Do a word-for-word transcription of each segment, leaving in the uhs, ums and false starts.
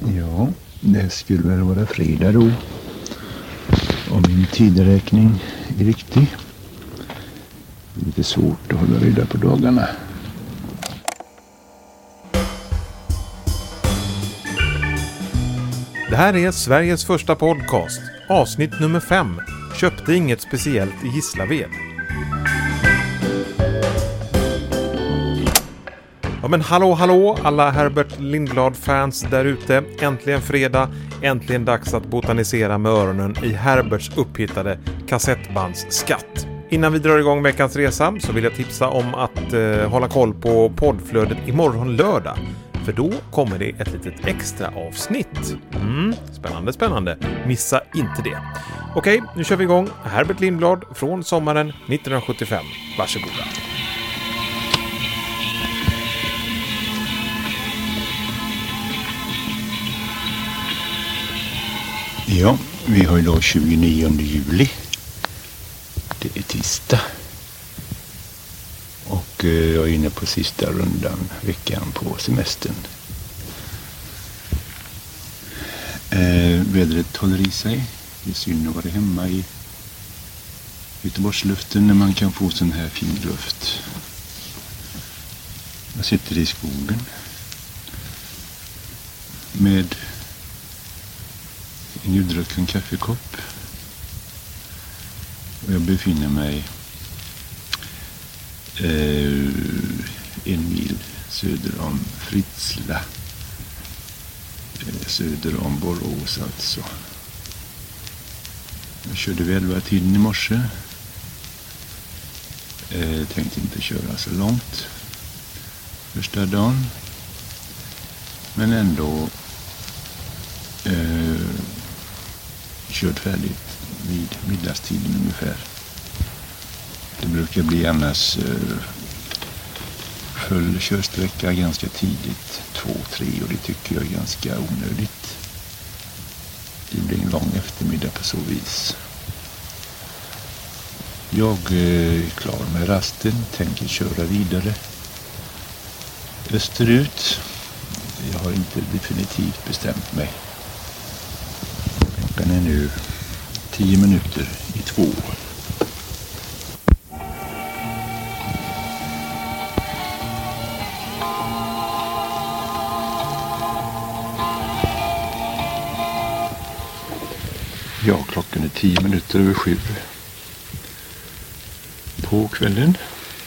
Ja, det skulle väl vara fredag då. Om min tideräkning är riktig. Det är lite svårt att hålla reda på dagarna. Det här är Sveriges första podcast, avsnitt nummer fem. Köpte inget speciellt i Gislaved. Ja men hallå hallå alla Herbert Lindblad-fans där ute. Äntligen fredag, äntligen dags att botanisera med öronen i Herberts upphittade kassettbandsskatt. Innan vi drar igång veckans resa så vill jag tipsa om att eh, hålla koll på poddflödet imorgon lördag. För då kommer det ett litet extra avsnitt. Mm, spännande, spännande. Missa inte det. Okej, nu kör vi igång. Herbert Lindblad från sommaren nittonhundrasjuttiofem. Varsågoda. Ja, vi har idag tjugonionde juli. Det är tisdag. Och eh, jag är inne på sista rundan veckan på semestern. Eh, vädret håller i sig. Det är synd att vara hemma i Göteborgsluften när man kan få sån här fin luft. Jag sitter i skogen med en ljudrucken kaffekopp. Och jag befinner mig eh, en mil söder om Fritsla. Eh, söder om Borås alltså. Jag körde vid elva tiden i morse. Eh, tänkte inte köra så långt första dagen. Men ändå eh, kört färdigt vid middagstiden ungefär. Det brukar bli annars eh, full körsträcka ganska tidigt, två, tre, och det tycker jag är ganska onödigt. Det blir en lång eftermiddag på så vis. Jag eh, är klar med rasten, tänker köra vidare österut. Jag har inte definitivt bestämt mig. Den är nu tio minuter i två. Ja, klockan är tio minuter över sju på kvällen.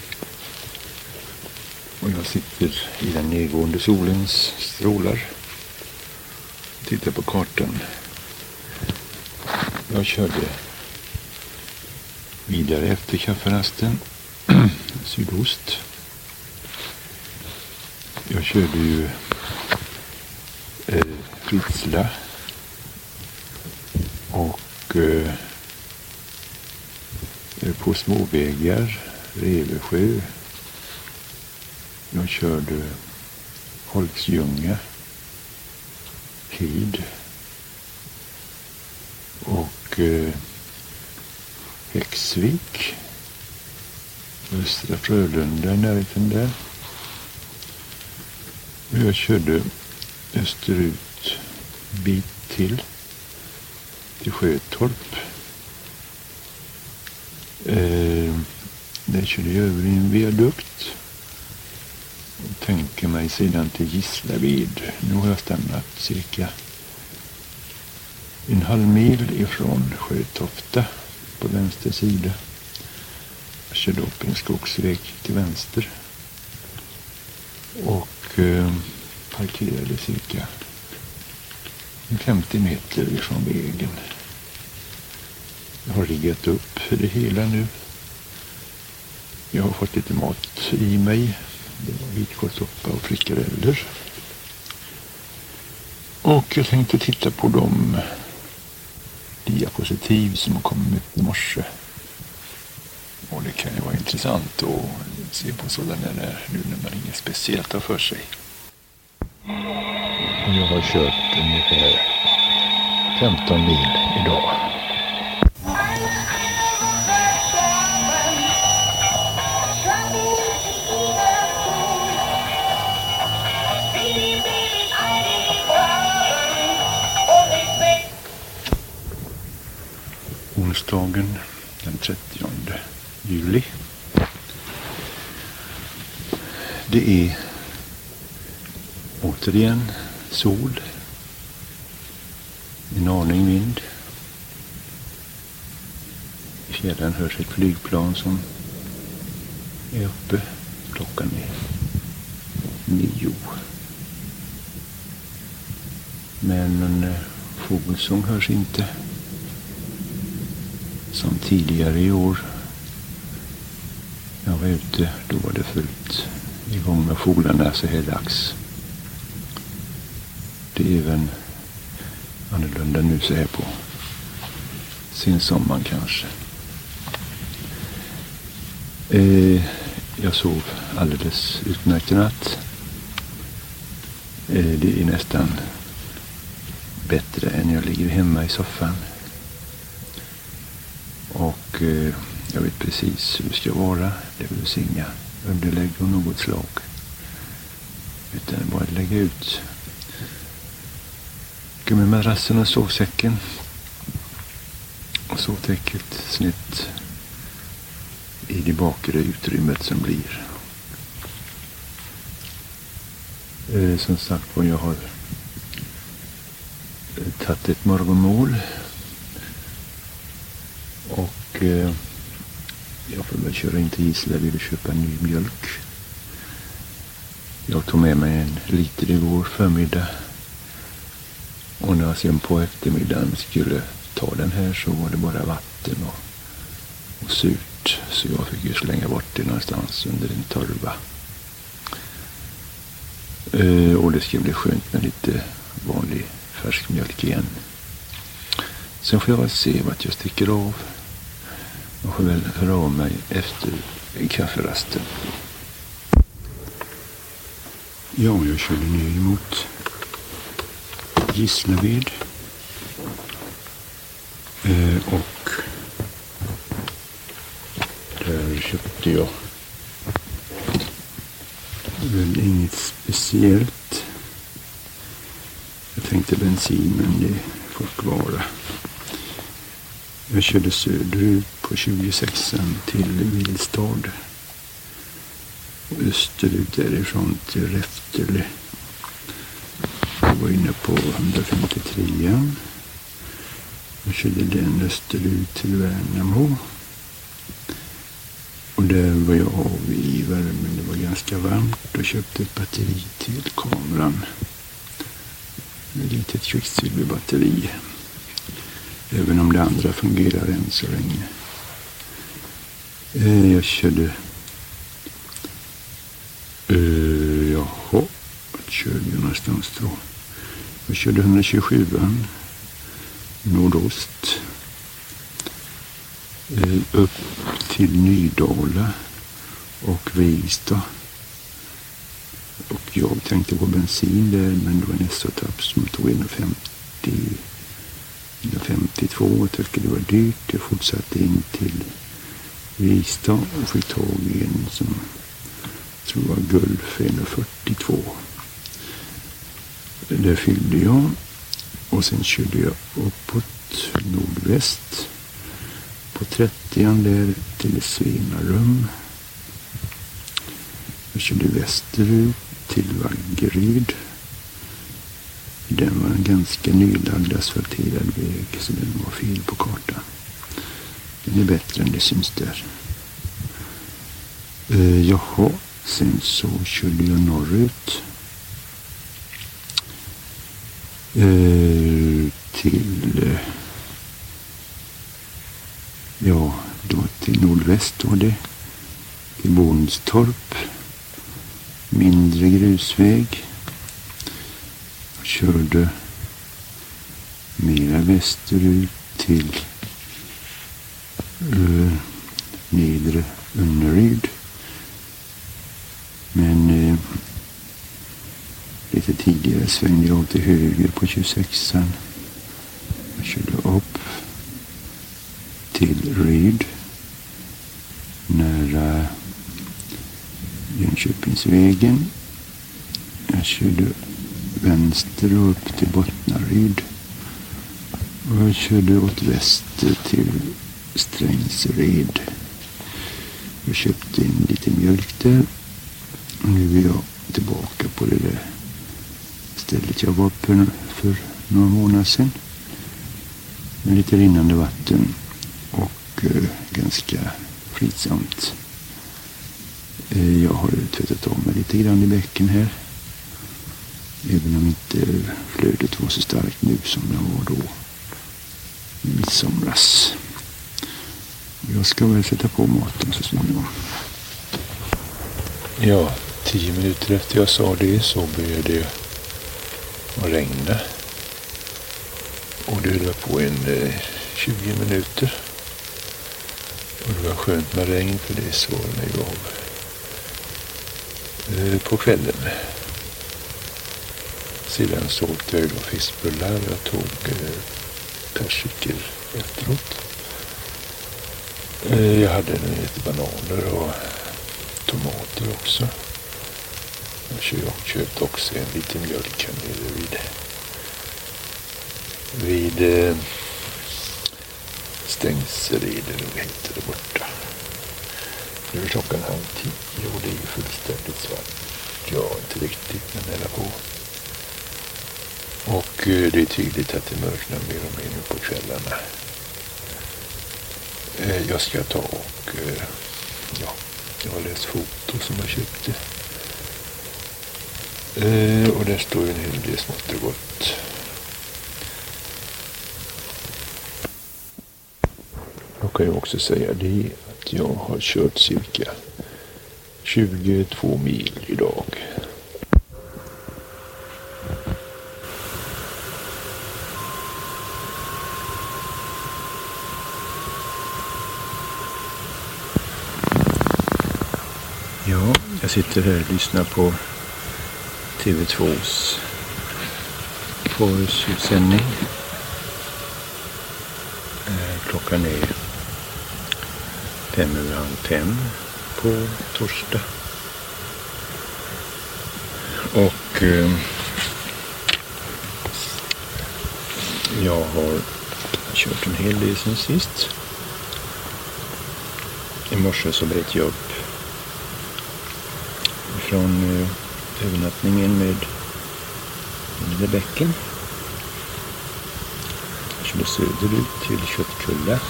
Och jag sitter i den nedgående solens strålar. Tittar på kartan. Jag körde vidare efter kafferasten sydost. Jag körde ju eh, Fritsla och eh, på småvägar Revesjö. Jag körde Holksljunga, Kid och eh, Häxvik, Östra Frölunda i närheten där. Och jag körde österut bit till till Sjötorp. Eh, där körde jag över i en viadukt. Och tänker mig sedan till Gislaved. Nu har jag stannat cirka en halv mil ifrån Sjötofta på vänster sida. Jag körde upp en skogsväg till vänster. Och eh, parkerade cirka femtio meter ifrån vägen. Jag har riggat upp för det hela nu. Jag har fått lite mat i mig. Det var vitkålssoppa och frikadeller. Och jag tänkte titta på de diapositiv som har kommit i morse. Och det kan ju vara intressant att se på sådana där nu när man inget speciellt har för sig. Och jag har kört ungefär femton mil idag. onsdagen den trettionde juli. Det är återigen sol, en aning vind. I fjällen hörs ett flygplan som är uppe. Klockan är nio. Men en fågelsång hörs inte. Som tidigare i år. Jag var ute, då var det fullt igång med fåglarna så här dags. Det är även annorlunda nu så här på sin sommar kanske. Eh, jag sov alldeles utmärkt i natt. Eh, det är nästan bättre än jag ligger hemma i soffan. Och eh, jag vet precis hur det ska vara. Det behövs inga underlägg och något slag. Utan bara att lägga ut gummimadrassen och sovsäcken. Och sovtäcket snitt i det bakre utrymmet som blir. Eh, som sagt vad jag har eh, tagit ett morgonmål. Och eh, jag får väl köra in till Gislaved och köpa ny mjölk. Jag tog med mig en liter igår förmiddag. Och när jag sen på eftermiddagen skulle ta den här så var det bara vatten och, och surt. Så jag fick ju slänga bort det någonstans under en torva. Eh, och det ska bli skönt med lite vanlig färsk mjölk igen. Sen får jag väl se vart jag sticker av. Jag får väl höra av mig efter kafferasten. Ja, jag körde ner mot Gislaved. Eh, och där köpte jag väl inget speciellt. Jag tänkte bensin, men det får vara. Jag körde söderut på tjugosexan till Vilstad. Och österut därifrån till Räfterle. Jag var inne på hundrafemtiotre. Jag körde den österut till Värnamo. Och där var jag av i värmen. Det var ganska varmt och köpte ett batteri till kameran. Ett litet kvicksilverbatteri. Även om det andra fungerar än så länge. Eh, jag körde... Eh, jaha, vad körde jag någonstans då? Jag körde etthundratjugosjuan nordost. Eh, upp till Nydala och Vista. Och jag tänkte på bensin där, men det var en S O-tapp som tog in femtio. femtiotvå och tyckte det var dyrt. Jag fortsatte in till Vista och fick tag i en som jag tror var Gulf etthundrafyrtiotvå. Där fyllde jag och sen körde jag uppåt nordväst på trettioan där till Svenarum. Jag körde västerut till Vaggeryd. Den var en ganska nylagd asfalterad väg så den var fel på kartan. Den är bättre än det syns där. Eh, jaha, sen så körde jag norrut. Eh, till... Eh, ja, då till nordväst då det. Till Bonstorp. Mindre grusväg. Körde mera västerut till uh, nedre Önneryd. Men uh, lite tidigare svängde jag till höger på tjugosexan. Jag körde upp till Ryd nära Jönköpingsvägen. Jag körde vänster och upp till Bottnaryd Och jag körde åt väster till Strängsred. Jag köpte en liten mjölk där. Och nu är jag tillbaka på det där stället jag var uppe för några månader sedan. Med lite rinnande vatten och eh, ganska fridsamt. Eh, jag har tvättat av mig lite grann i bäcken här. Även om inte flödet var så starkt nu som det var då i somras. Jag ska väl sätta på maten så småningom. Ja, tio minuter efter jag sa det så började det att regna. Och det höll på en eh, tjugo minuter. Och det var skönt med regn för det svarade jag av eh, på kvällen. Sedan så åkte jag då fiskbullar. Jag tog eh, persikor efteråt. Eh, jag hade lite bananer och tomater också. Jag köpte också en liten mjölk här nere vid vid eh, Strängsred eller vad heter det borta. Nu är klockan halv tio och det är ju fullständigt svart. Ja, inte riktigt men nära på. Och eh, det är tydligt att det mörknar mer och mer nu på kvällarna. Eh, jag ska ta och eh, ja, jag har läst foto som jag köpte. Eh, och där står ju en hel del smått och gott. Jag kan ju också säga det att jag har kört cirka tjugotvå mil idag. Ja, jag sitter här och lyssnar på T V tvås porrsändning. Klockan är fem över halv fem på torsdag. Och eh, jag har kört en hel del sen sist. I morse så bröt jag upp från eh, övernattningen med Lillebäcken. Jag körde söderut till Köttkulla.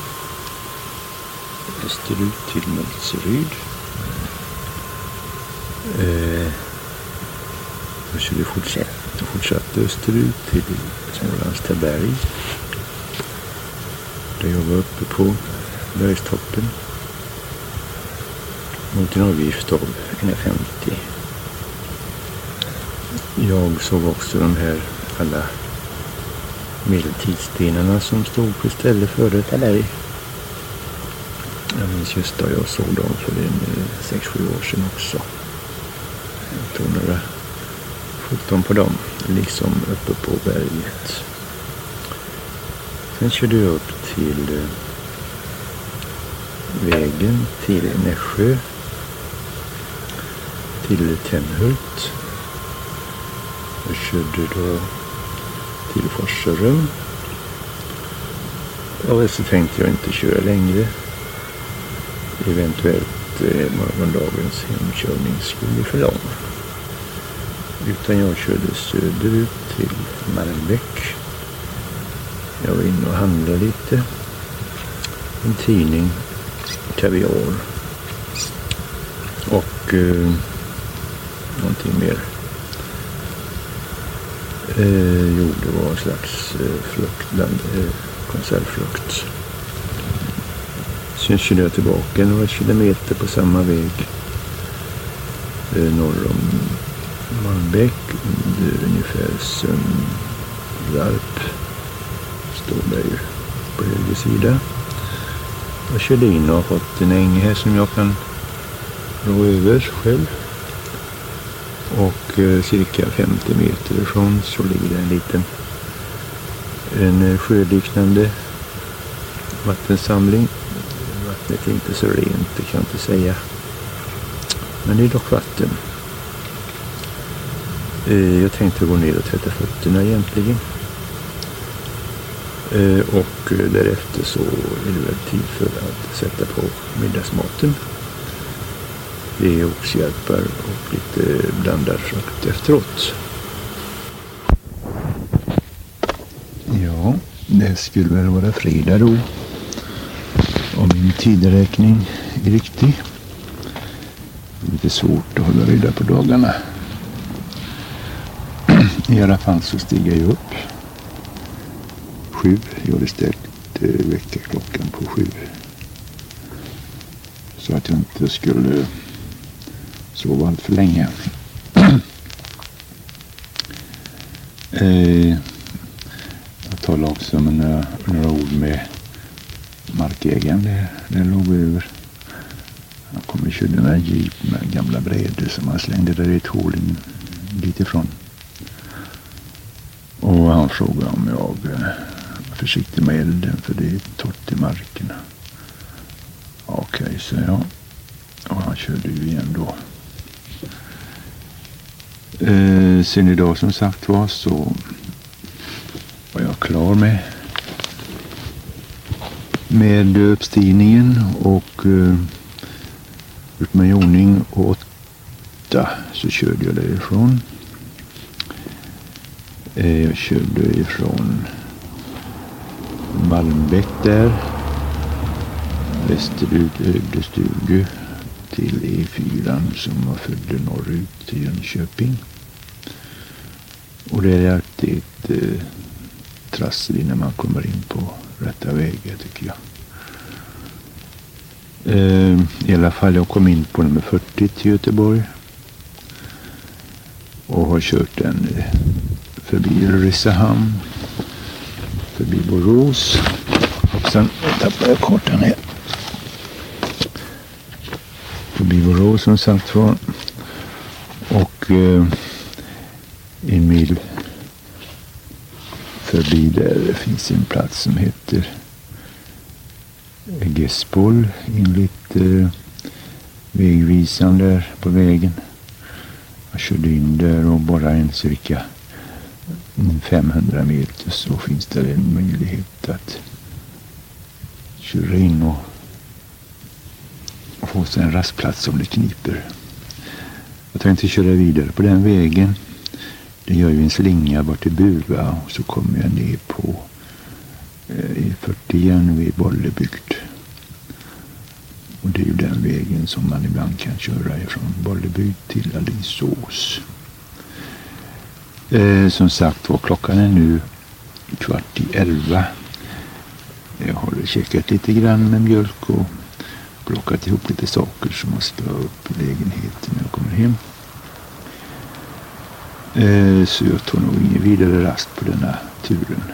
Österut till Möltseryd. Eh, jag körde fortsatt, fortsatt österut till Smålandstaberg. Där jag var uppe på bergstoppen. Mot en avgift av en femtio. Jag såg också de här alla medeltidsstenarna som stod på stället före Taberg. Jag minns just då jag såg dem för en sex sju år sedan också. Jag tog några foton på dem, liksom uppe på berget. Sen körde jag upp till eh, vägen till Nässjö, till Tenhult. Jag körde då till Forserum. Och så tänkte jag inte köra längre. Eventuellt eh, morgondagens hemkörning skulle bli för lång. Utan jag körde söderut till Malmbäck. Jag var inne och handlade lite. En tidning, kaviar. Och eh, någonting mer. Eh, jo, det var en slags eh, frukt, bland, eh, konservfrukt. Sen körde jag tillbaka några kilometer på samma väg eh, norr om Malmbäck, under ungefär Söndarp. Står där ju på höger sida. Jag körde in och har fått en äng här som jag kan gå över själv. Och eh, cirka femtio meter ifrån så ligger det en liten en sjöliknande vattensamling. Vattnet är inte så rent, det kan jag inte säga. Men det är dock vatten. Eh, jag tänkte gå ner och tvätta fötterna egentligen. Eh, och därefter så är det väl tid för att sätta på middagsmaten. Det är oxhjälpar och lite blandad frukt efteråt. Ja, det skulle väl vara fredag då. Om min tideräkning är riktig. Det är lite svårt att hålla reda på dagarna. I alla fall så stiger jag upp. Sju. Jag hade ställt eh, väckarklockan på sju. Så att jag inte skulle sova allt för länge. eh, jag talade också med några, några ord med markägaren. Det, det låg över. Han kom och körde med jeep med gamla brädor som han slängde där i ett hål in, dit ifrån. Och han frågade om jag var försiktig med elden för det är torrt i marken. Okej, okay, så jag. Och han körde ju igen då. Eh, sen idag som sagt var så var jag klar med med uppstigningen och eh, ut med ordning och åtta så körde jag därifrån. Eh, jag körde ifrån Malmbäck där västerut Ödestuge till E fyra som var följde norrut till Jönköping. Och det är alltid ett eh, trassel innan man kommer in på rätta vägar tycker jag. Eh, I alla fall jag kom in på nummer fyrtio till Göteborg. Och har kört den eh, förbi Rissehamn. Förbi Borås. Och sen tappar jag kartan här. Förbi Borås som sagt var. Och eh, en mil förbi där finns en plats som heter Gäspol enligt eh, vägvisan där på vägen. Jag körde in där och bara en cirka femhundra meter så finns det en möjlighet att köra in och, och få sig en rastplats om det kniper. Jag tänkte köra vidare på den vägen. Det gör ju en slinga bort till Bua och så kommer jag ner på eh, E fyrtio igen vid Bollebygd. Och det är ju den vägen som man ibland kan köra ifrån Bollebygd till Alingsås. Eh, som sagt var klockan är nu kvart i elva. Jag har käkat lite grann med mjölk och plockat ihop lite saker som jag ska ha upp i lägenheten när jag kommer hem. Eh, så jag tar nog ingen vidare rast på denna turen.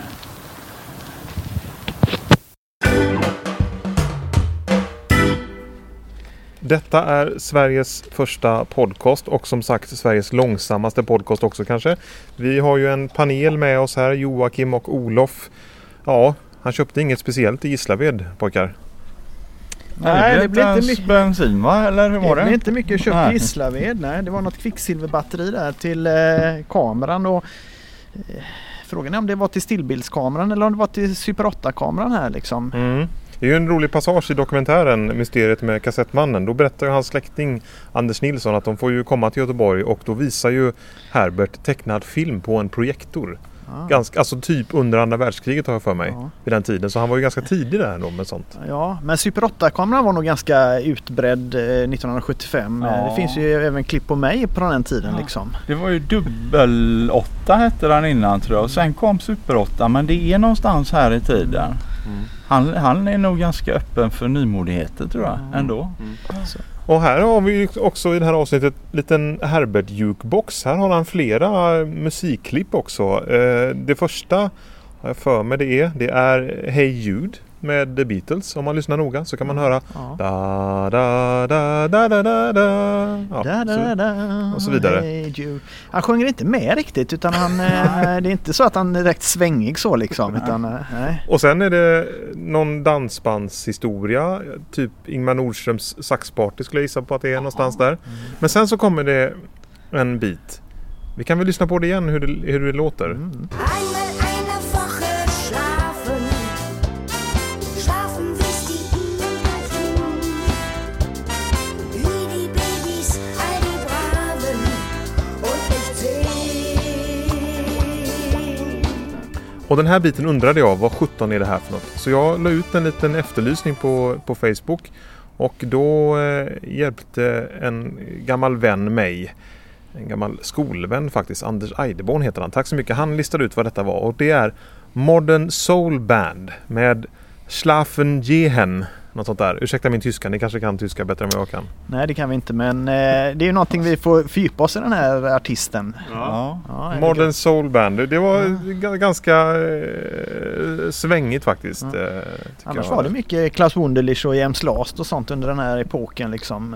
Detta är Sveriges första podcast och som sagt Sveriges långsammaste podcast också kanske. Vi har ju en panel med oss här, Joakim och Olof. Ja, han köpte inget speciellt i Gislaved, pojkar. Nej, det, det blir inte mycket bensin va? Eller hur var det? Det blev inte mycket köpt i Gislaved. Nej, det var något kvicksilverbatteri där till eh, kameran och eh, frågan är om det var till stillbildskameran eller om det var till Super åtta-kameran här liksom. Mm. Det är ju en rolig passage i dokumentären Mysteriet med kassettmannen. Då berättar ju hans släkting Anders Nilsson att de får ju komma till Göteborg och då visar ju Herbert tecknad film på en projektor. Ah. Ganska, alltså typ under andra världskriget har jag för mig ah. vid den tiden. Så han var ju ganska tidig där då med sånt. Ja, men Super åtta-kameran var nog ganska utbredd eh, nittonhundrasjuttiofem. Ja. Det finns ju även klipp på mig på den tiden ja. liksom. Det var ju dubbel åtta hette den innan tror jag. Och sen kom Super åtta men det är någonstans här i tiden. Mm. Han, han är nog ganska öppen för nymodigheter tror jag mm. ändå. Mm. Alltså. Och här har vi också i det här avsnittet en liten Herbert jukebox. Här har han flera musikklipp också. Det första för mig det är, det är Hey Jude med The Beatles. Om man lyssnar noga så kan man höra ja. da, da, da, da, da, da, da. Ja, da, da, da, och så vidare. Hey Jude. Han sjunger inte med riktigt utan han, det är inte så att han är direkt svängig så liksom. Utan, nej. Och sen är det någon dansbandshistoria. Typ Ingmar Nordströms saxparty skulle jag gissa på att det är någonstans där. Mm. Men sen så kommer det en bit. Vi kan väl lyssna på det igen hur det, hur det låter. Mm. Einmal eine Woche schlafen. Och den här biten undrade jag, vad sjutton är det här för något? Så jag la ut en liten efterlysning på, på Facebook. Och då eh, hjälpte en gammal vän mig, en gammal skolvän faktiskt, Anders Eideborn heter han. Tack så mycket. Han listade ut vad detta var. Och det är Modern Soul Band med Schlafen Gehen. Något sånt där. Ursäkta min tyska, ni kanske kan tyska bättre än vad jag kan. Nej, det kan vi inte, men eh, det är ju någonting vi får fördjupa oss i, den här artisten. Ja. Ja, Modern Soul Band. Det var ja. ganska eh, svängigt faktiskt. Ja. Eh, Annars jag. var det mycket Klaus Wunderlich och James Last och sånt under den här epoken liksom.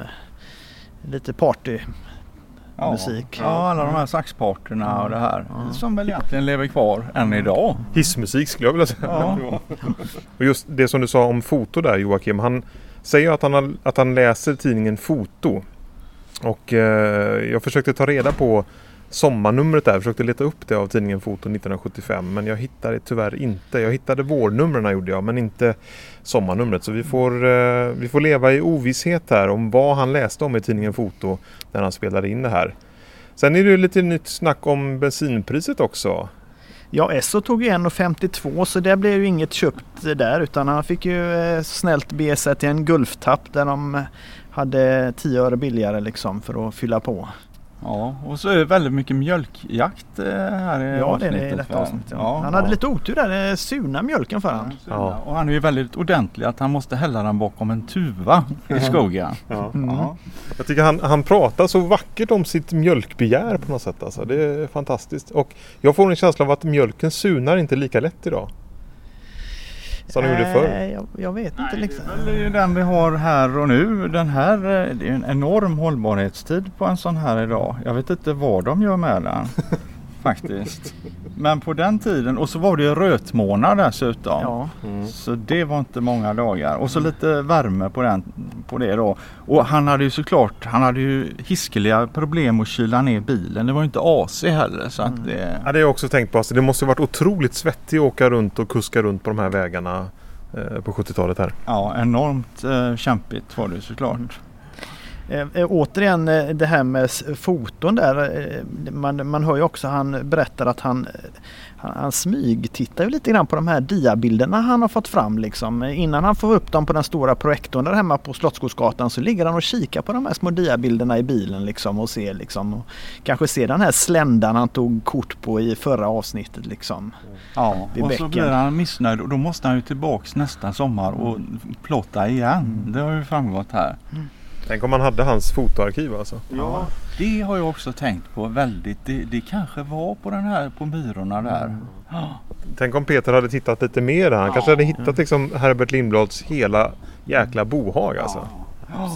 Lite party. Ja. Musik. Ja, alla de här saxparterna och det här. Ja. Som väl egentligen lever kvar än idag. Hissmusik skulle jag vilja säga. Ja. Och just det som du sa om foto där, Joakim. Han säger att han, har, att han läser tidningen Foto. Och eh, jag försökte ta reda på sommarnumret där. Jag försökte leta upp det av tidningen Foto nittonhundrasjuttiofem. Men jag hittade det tyvärr inte. Jag hittade vårnumren gjorde jag, men inte sommarnumret. Så vi får, eh, vi får leva i ovisshet här om vad han läste om i tidningen Foto när han spelade in det här. Sen är det lite nytt snack om bensinpriset också. Ja, Esso tog ju en femtiotvå, så det blev ju inget köpt där, utan han fick ju eh, snällt be sig till en Gulftapp där de hade tio öre billigare liksom för att fylla på. Ja, och så är det väldigt mycket mjölkjakt här i Ja, avsnittet. det är detta avsnitt. Ja. Ja, han hade ja. lite otur där, det surna mjölken för han. Ja. Och han är ju väldigt ordentlig att han måste hälla den bakom en tuva i skogen. Ja. Mm. Ja. Jag tycker han, han pratar så vackert om sitt mjölkbegär på något sätt. Alltså. Det är fantastiskt. Och jag får en känsla av att mjölken sunar inte lika lätt idag. Som de gjorde förr. Nej, jag, jag vet inte liksom. Det är ju den vi har här och nu. Den här, det är en enorm hållbarhetstid på en sån här idag. Jag vet inte vad de gör med den. Faktiskt. Men på den tiden, och så var det ju rötmånad dessutom. Ja. Mm. Så det var inte många dagar. Och så lite värme på, den, på det då. Och han hade ju såklart, han hade ju hiskeliga problem att kyla ner bilen. Det var ju inte A C heller. Så att det... Ja, det har jag också tänkt på. Alltså, det måste ha varit otroligt svettigt att åka runt och kuska runt på de här vägarna eh, på sjuttiotalet här. Ja, enormt eh, kämpigt var det såklart. Mm. Eh, återigen eh, det här med foton där, eh, man, man hör ju också, han berättar att han, han, han smyg tittar ju lite grann på de här diabilderna han har fått fram liksom. Innan han får upp dem på den stora projektorn där hemma på Slottsskogsgatan, så ligger han och kikar på de här små diabilderna i bilen liksom och ser liksom, och kanske ser den här sländan han tog kort på i förra avsnittet liksom. Ja, vid och bäcken. så blir han missnöjd och då måste han ju tillbaks nästa sommar och plotta igen. Mm. Det har ju framgått här. Mm. Tänk om man hade hans fotoarkiv alltså. Ja, det har jag också tänkt på väldigt. Det, det kanske var på den här, på Myrorna där. Mm. Ja. Tänk om Peter hade tittat lite mer där. Han Ja. kanske hade hittat liksom Herbert Lindblads hela jäkla bohag alltså. Ja.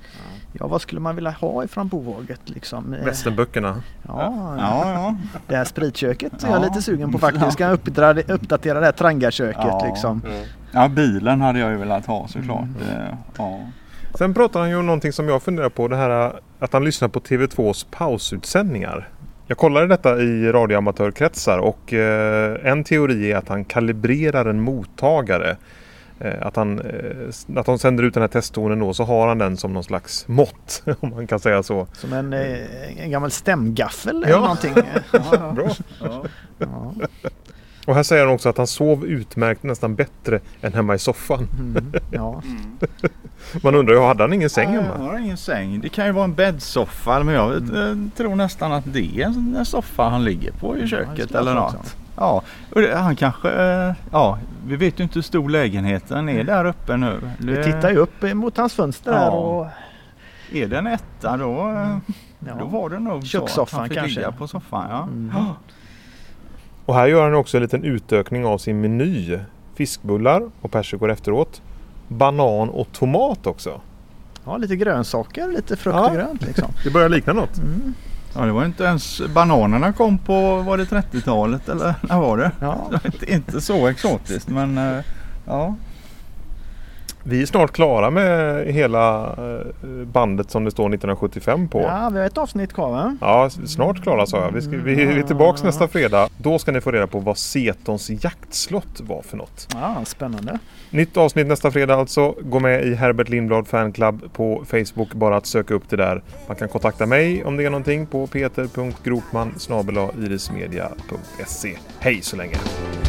Ja, vad skulle man vilja ha ifrån bohaget liksom? Västernböckerna. Ja, Ja, ja. det här spritköket är Ja. jag lite sugen på faktiskt. Ska jag uppdatera, uppdatera det här trangaköket Ja. liksom. Ja, bilen hade jag ju velat ha såklart. Mm. Ja. Sen pratar han ju om någonting som jag funderar på. Det här att han lyssnar på T V tvås pausutsändningar. Jag kollade detta i radioamatörkretsar och eh, en teori är att han kalibrerar en mottagare. Eh, att, han, eh, att de sänder ut den här testtonen då, så har han den som någon slags mått, om man kan säga så. Som en, eh, en gammal stämgaffel Ja. eller någonting. Ja. Bra. Ja. Ja. Och här säger han också att han sov utmärkt nästan bättre än hemma i soffan. Mm. Ja. Man undrar ju, hade han ingen säng Nej, hemma? jag har ingen säng. Det kan ju vara en bäddsoffa, men jag mm. tror nästan att det är en soffa han ligger på i köket Ja, eller något. också. Ja, och det, han kanske, ja, vi vet ju inte hur stor lägenheten är där uppe nu. Vi Det, tittar ju upp mot hans fönster Ja. där och Är det en etta då, ja. då var det nog Kökssoffan så att han fick kanske. ligga på soffan. Ja. Mm. Ja. Och här gör han också en liten utökning av sin meny. Fiskbullar och persikor efteråt. Banan och tomat också. Ja, lite grönsaker, lite frukt Ja. och grönt liksom. Det börjar likna något. Mm. Ja, det var inte ens, bananerna kom på, var det trettiotalet eller när var det? Ja. Det var inte, inte så exotiskt, men eh, ja. Vi är snart klara med hela eh, bandet som det står nittonhundrasjuttiofem på. Ja, vi har ett avsnitt kvar va? Ja, snart klara sa jag. Vi, ska, vi är tillbaka nästa fredag. Då ska ni få reda på vad Setons jaktslott var för något. Ja, spännande. Nytt avsnitt nästa fredag alltså. Gå med i Herbert Lindblad Fanclub på Facebook. Bara att söka upp det där. Man kan kontakta mig om det är någonting på peter punkt gropman snabel-a irismedia punkt se. Hej så länge!